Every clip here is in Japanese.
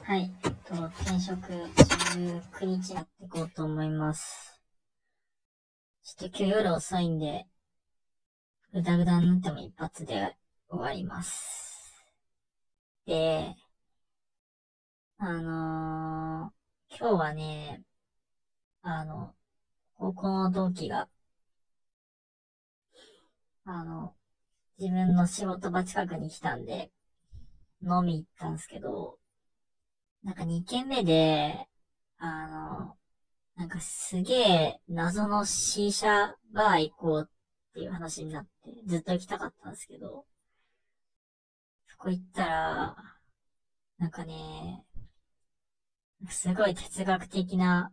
はい。転職19日になっていこうと思います。ちょっと今日夜遅いんで、ぐだぐだになっても一発で終わります。で、今日はね、あの、高校の同期が、あの、自分の仕事場近くに来たんで、飲み行ったんですけど、なんか2軒目で、あの、なんかすげえ謎の C 社バー行こうっていう話になって、ずっと行きたかったんですけど、そこ行ったら、なんかね、すごい哲学的な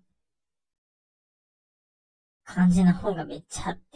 感じの本がめっちゃあって、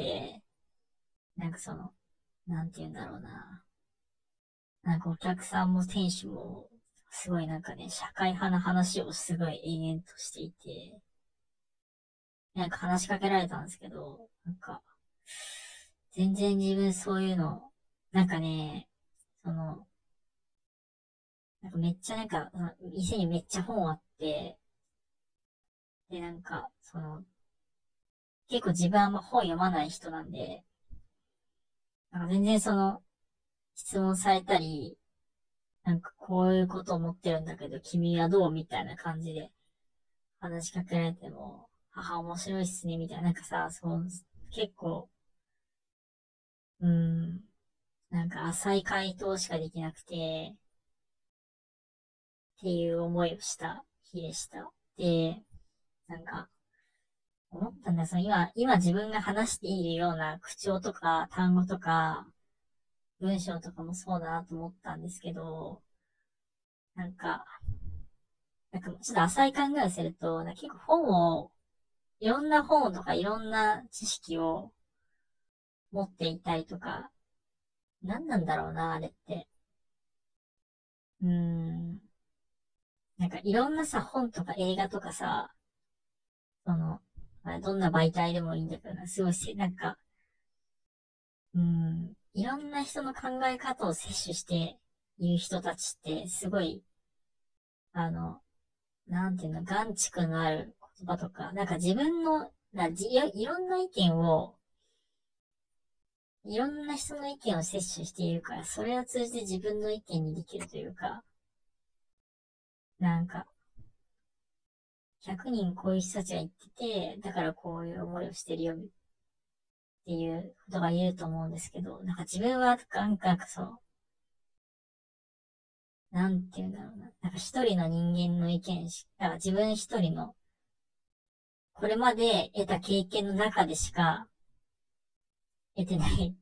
なんかなんて言うんだろうな。なんかお客さんも店主も、すごいなんかね、社会派な話をすごい延々としていて、なんか話しかけられたんですけど、なんか、全然自分そういうの、なんかね、その、なんかめっちゃなんか、店にめっちゃ本あって、で、なんか、結構自分はあんま本読まない人なんで、なんか全然質問されたり、なんかこういうこと思ってるんだけど、君はどうみたいな感じで話しかけられても、母面白いっすね、みたいな、なんかさ、結構、うーん、なんか浅い回答しかできなくて、っていう思いをした日でした。で、なんか、思ったんだよ。今自分が話しているような口調とか単語とか文章とかもそうだなと思ったんですけど、なんか、なんかちょっと浅い考えをすると、なんか結構いろんな本とかいろんな知識を持っていたりとか、何なんだろうな、あれって。うーん。なんかいろんなさ、本とか映画とかさ、その、どんな媒体でもいいんだけどな、すごいなんか、いろんな人の考え方を摂取している人たちって、すごい、あの、なんていうの、眼蓄のある言葉とか、なんか自分の、いろんな意見を、いろんな人の意見を摂取しているから、それを通じて自分の意見にできるというか、なんか、100人こういう人たちが言ってて、だからこういう思いをしてるよっていうことが言えると思うんですけど、なんか自分は、なんかなんていうんだろうな。なんか一人の人間の意見だから自分一人の、これまで得た経験の中でしか得てない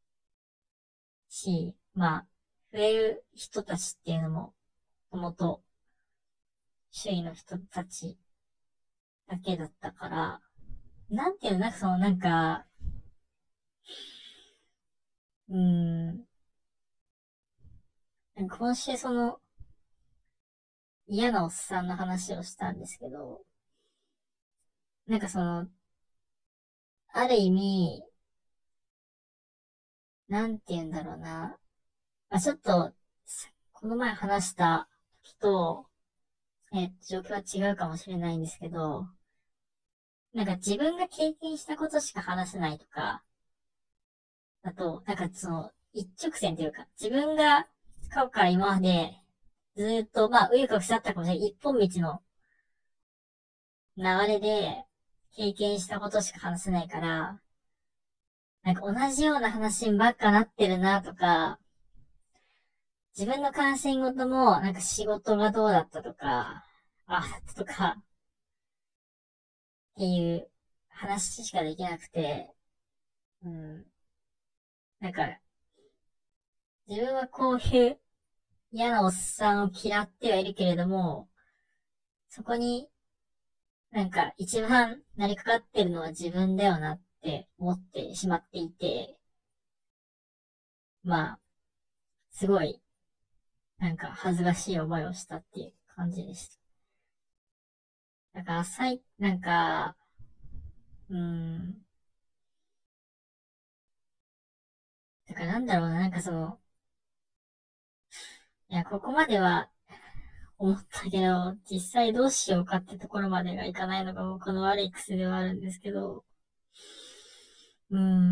し、まあ、増える人たちっていうのも、もともと周囲の人たちだけだったから、なんていうの、なんかなんか、うーん、今週嫌なおっさんの話をしたんですけど、なんかある意味、なんて言うんだろうな。まあ、ちょっと、この前話した時と、状況は違うかもしれないんですけど、なんか自分が経験したことしか話せないとか、だと、なんか一直線というか、自分が過去から今まで、ずーっと、まあ、紆余曲折あったかもしれない。一本道の流れで経験したことしか話せないから、なんか同じような話ばっかなってるなとか、自分の関心事も、なんか仕事がどうだったとか、あ、とか、っていう話しかできなくて、うん。なんか、自分はこういう嫌なおっさんを嫌ってはいるけれども、そこになんか一番なりかかってるのは自分だよなって思ってしまっていて、まあ、すごい、なんか恥ずかしい思いをしたっていう感じでした。だからなんか、うーん、だからなんだろうな、なんかいや、ここまでは思ったけど、実際どうしようかってところまでがいかないのが僕の悪い癖ではあるんですけど、うん。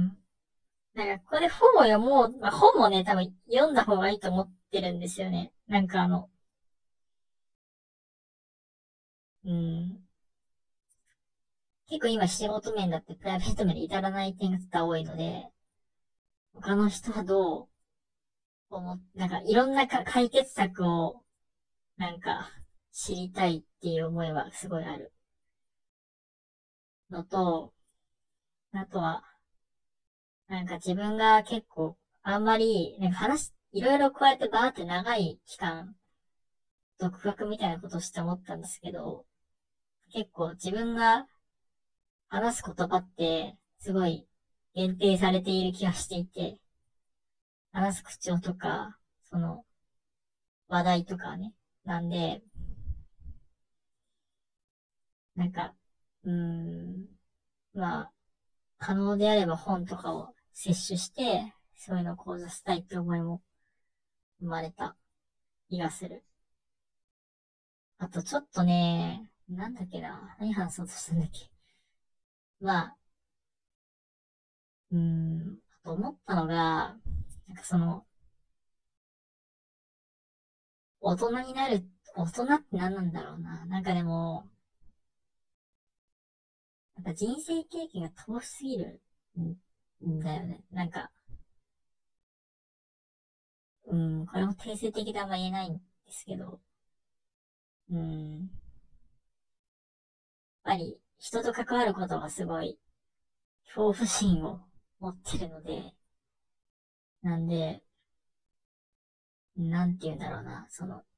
なんかここで本を読もう、まあ、本もね、多分読んだ方がいいと思ってるんですよね。うん。結構今仕事面だってプライベート面で至らない点が多いので、他の人はどうなんかいろんな解決策をなんか知りたいっていう思いはすごいあるのと、あとはなんか自分が結構あんまり、なんかいろいろこうやってバーって長い期間、独学みたいなことをして思ったんですけど、結構自分が話す言葉って、すごい限定されている気がしていて、話す口調とか、その話題とかね。なんで、なんか、うーん、まあ、可能であれば本とかを摂取して、そういうのを講座したいって思いも生まれた気がする。あとちょっとね、なんだっけな、何話そうとしたんだっけ。まあ、あと思ったのが、なんかその、大人になる、大人って何なんだろうな。なんかでも、なんか人生経験が乏しすぎるんだよね。なんか、これも定性的であんま言えないんですけど、やっぱり人と関わることがすごい恐怖心を持ってるので、なんで、なんて言うんだろうな、その、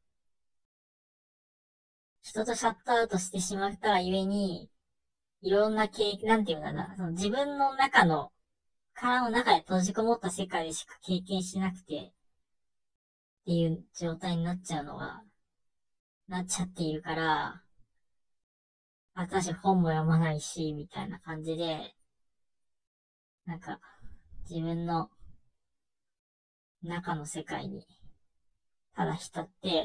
人とシャットアウトしてしまったがゆえに、いろんななんて言うんだろうな、その自分の中の、殻の中で閉じこもった世界でしか経験しなくてっていう状態になっちゃうのが、なっちゃっているから、私本も読まないし、みたいな感じで、なんか、自分の中の世界に、ただ浸って、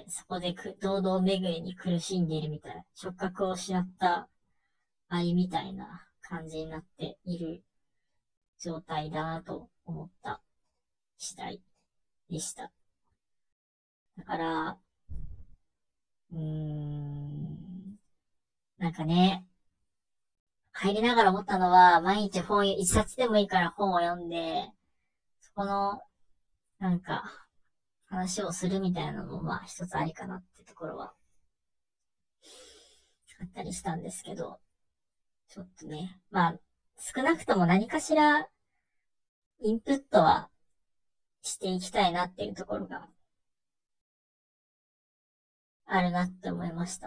そこで堂々巡りに苦しんでいるみたいな、触覚を失った愛みたいな感じになっている状態だなと思った次第でした。だから、うーん、なんかね、入りながら思ったのは、毎日一冊でもいいから本を読んで、そこの、なんか、話をするみたいなのも、まあ、一つありかなってところはあったりしたんですけど、ちょっとね、まあ、少なくとも何かしらインプットはしていきたいなっていうところがあるなって思いました。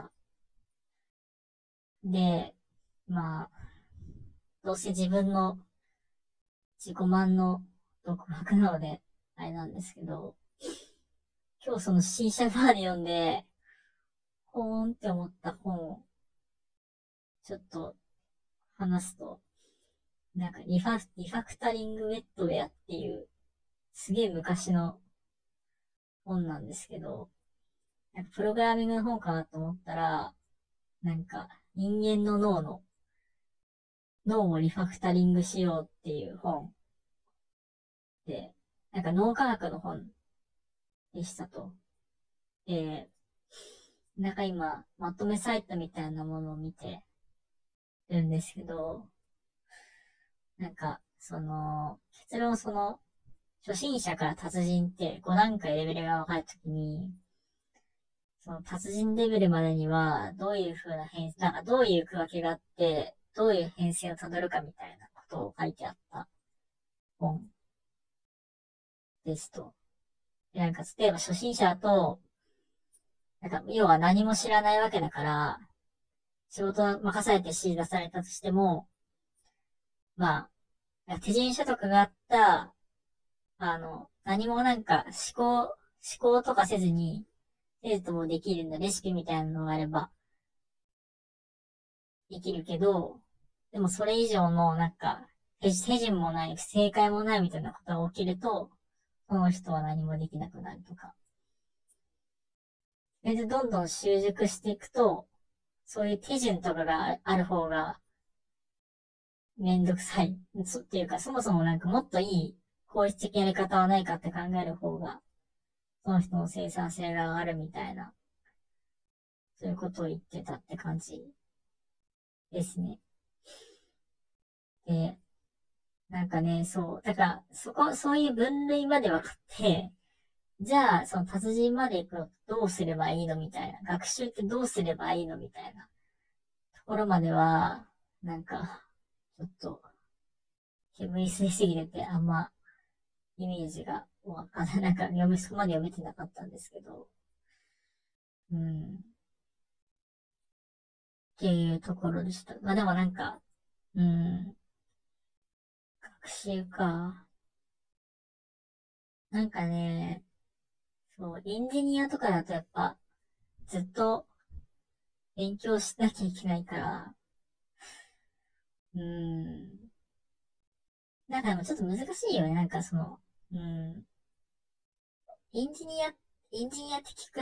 で、まあ、どうせ自分の自己満の独学なので、あれなんですけど、今日その新車バーで読んで、ほーんって思った本をちょっと話すと、なんかリファクタリングウェットウェアっていう、すげえ昔の本なんですけど、なんかプログラミングの本かなと思ったら、なんか人間の脳をリファクタリングしようっていう本で、なんか脳科学の本でしたと。で、なんか今、まとめサイトみたいなものを見てるんですけど、なんか、結論初心者から達人って5段階レベルが分かるときに、その達人レベルまでには、どういう風ななんかどういう区分けがあって、どういう変遷をたどるかみたいなことを書いてあった本ですと。でなんか、例えば初心者だと、なんか、要は何も知らないわけだから、仕事を任されて指示出されたとしても、まあ、手順書とかがあった、何もなんか思考とかせずに、生徒もできるんだ、レシピみたいなのがあればできるけど、でもそれ以上のなんか、手順もない、正解もないみたいなことが起きると、その人は何もできなくなるとか。 それでどんどん習熟していくと、そういう手順とかがある方がめんどくさい。っていうか、そもそもなんかもっといい効率的なやり方はないかって考える方が、その人の生産性が上がるみたいな、そういうことを言ってたって感じですね。で、なんかね、そう。だから、そういう分類まで分かって、じゃあ、その達人まで行くのどうすればいいのみたいな。学習ってどうすればいいのみたいなところまでは、なんか、ちょっと、煙吸いすぎてて、あんま、イメージがわかんない。なんか、そこまで読めてなかったんですけど、うん、っていうところでした。まあでもなんか、うん、学習か。なんかね、そう、エンジニアとかだとやっぱ、ずっと勉強しなきゃいけないから、うん、なんかでもちょっと難しいよね。なんかうん、エンジニア、エンジニアって聞く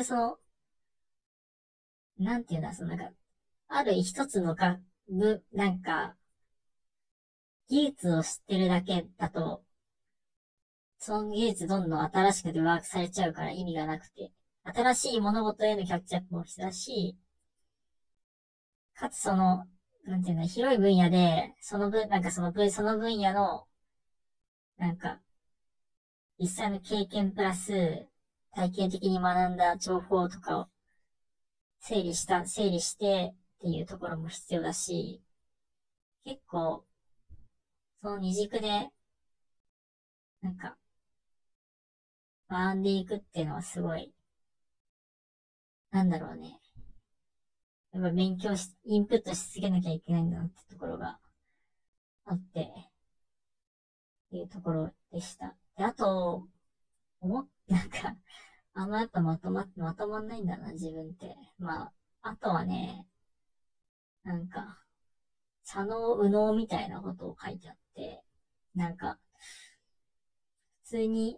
なんていうんだ、なんか、ある一つのなんか、技術を知ってるだけだと、その技術どんどん新しくデバッグされちゃうから意味がなくて、新しい物事へのキャッチアップも必要だし、かつなんていうの、広い分野で、その分野の、なんか、実際の経験プラス、体系的に学んだ情報とかを整理してっていうところも必要だし、結構、その二軸で、なんか、学んでいくっていうのはすごい、なんだろうね。やっぱインプットし続けなきゃいけないんだなってところがあって、っていうところでした。で、あと、なんか、あんまやっぱまとまんないんだな、自分って。まあ、あとはね、なんか、左脳、右脳みたいなことを書いてあって、なんか、普通に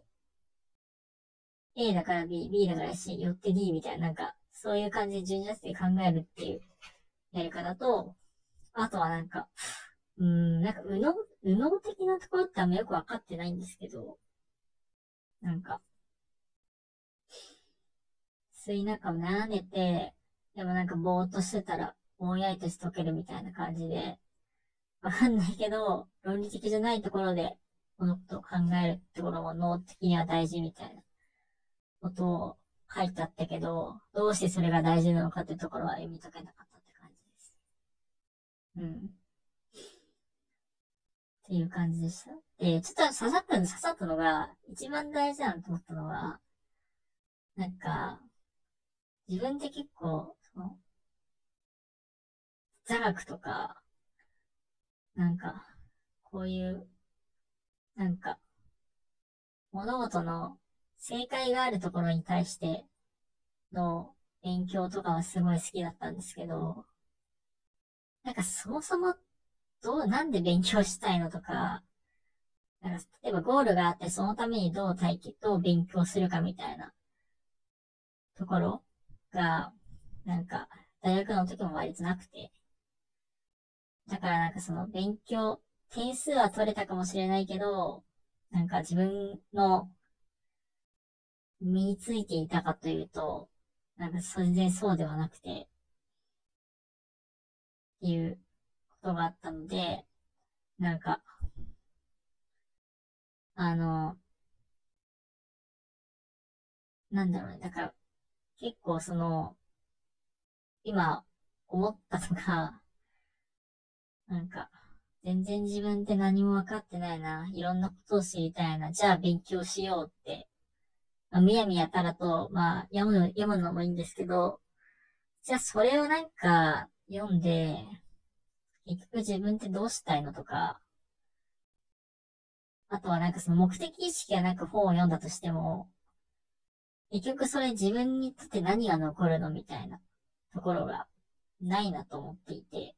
A だから B だから C、よって D みたいな、なんか、そういう感じで順序立てて考えるっていうやり方と、あとはなんか、なんか、右脳的なところってあんまよくわかってないんですけど、なんか、普通になんか悩んでて、でもなんかぼーっとしてたら、ぼんやりとし解けるみたいな感じで、わかんないけど、論理的じゃないところで、このことを考えるってことも脳的には大事みたいなことを書いてあったけど、どうしてそれが大事なのかってところは読み解けなかったって感じです。うん。っていう感じでした。で、ちょっと刺さったのが、一番大事だなと思ったのは、なんか、自分って結構、座学とか、なんか、こういう、なんか、物事の正解があるところに対しての勉強とかはすごい好きだったんですけど、なんかそもそもなんで勉強したいのとか、なんか例えばゴールがあってそのためにどう勉強するかみたいなところが、なんか大学の時も割となくて、だからなんか点数は取れたかもしれないけど、なんか自分の身についていたかというと、なんか全然そうではなくて、っていうことがあったので、なんか、あの、なんだろうね。だから、結構今思ったのが、なんか、全然自分って何も分かってないな。いろんなことを知りたいな。じゃあ勉強しようって。まあ、むやみやたらと、まあ、読むのもいいんですけど、じゃあそれをなんか、読んで、結局自分ってどうしたいのとか、あとはなんかその目的意識がなく本を読んだとしても、結局それ自分にとって何が残るのみたいなところがないなと思っていて、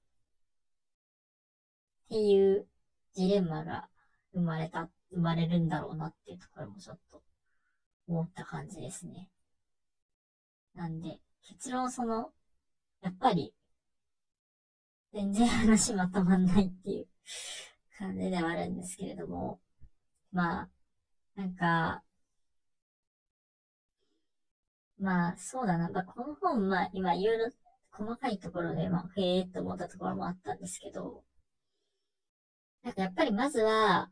っていうジレンマが生まれるんだろうなっていうところもちょっと思った感じですね。なんで、 結論やっぱり全然話まとまんないっていう感じではあるんですけれども、まあ、なんか、まあ、そうだな。まあ、この本、まあ、今いろいろ細かいところで、まあ、へえーと思ったところもあったんですけど、なんかやっぱりまずは、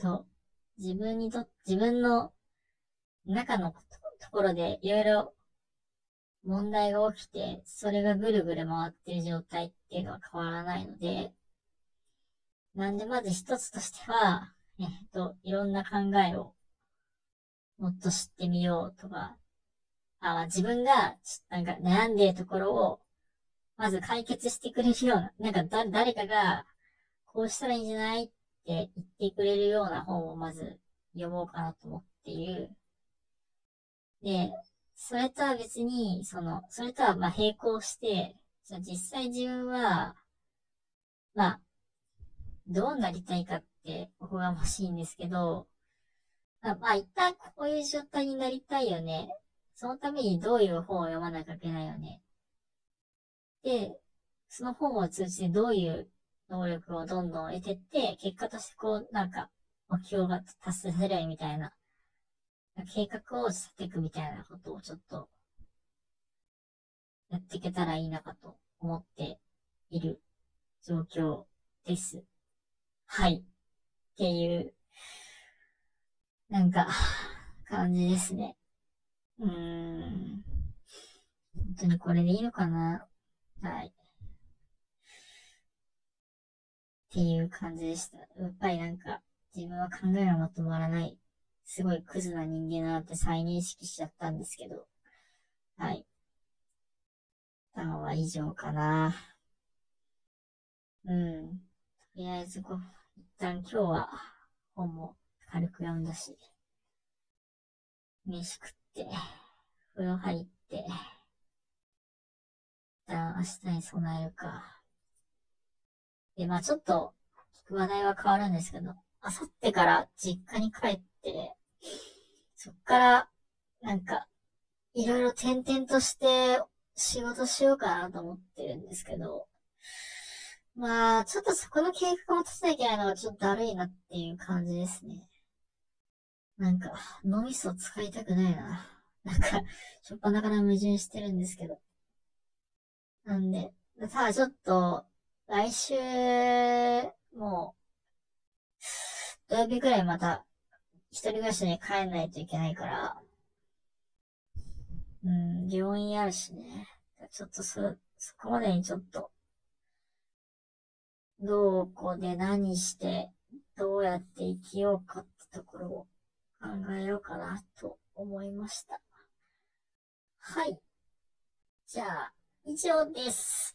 自分の中のところでいろいろ問題が起きて、それがぐるぐる回ってる状態っていうのは変わらないので、なんでまず一つとしては、いろんな考えをもっと知ってみようとか、まあ自分がなんか悩んでいるところを、まず解決してくれるような、なんか誰かが、こうしたらいいんじゃないって言ってくれるような本をまず読もうかなと思っている。で、それとは別に、それとはまあ並行して、じゃあ実際自分は、まあ、どうなりたいかっておこがましいんですけど、まあ一旦こういう状態になりたいよね。そのためにどういう本を読まなきゃいけないよね。で、その本を通じてどういう能力をどんどん得てって、結果としてなんか、目標が達成されるみたいな、計画を立てていくみたいなことをちょっとやっていけたらいいなかと思っている状況です。はい。っていう、なんか、感じですね。うーん。本当にこれでいいのかな。はい。っていう感じでした。やっぱりなんか、自分は考えがまとまらない。すごいクズな人間だなって再認識しちゃったんですけど。はい。談は以上かな。うん。とりあえず一旦今日は本も軽く読んだし、飯食って、風呂入って、一旦明日に備えるか。で、まあちょっと、聞く話題は変わるんですけど、明後日から実家に帰って、そっから、なんか、いろいろ転々として仕事しようかなと思ってるんですけど、まあ、ちょっとそこの計画を立てなきゃいけないのがちょっとだるいなっていう感じですね。なんか、脳みそ使いたくないな。なんか、しょっぱなから矛盾してるんですけど。なんで、ただちょっと、来週、もう、土曜日くらいまた、一人暮らしに帰んないといけないから、うん、病院あるしね。ちょっとそこまでにちょっと、どこで何して、どうやって生きようかってところを考えようかなと思いました。はい。じゃあ、以上です。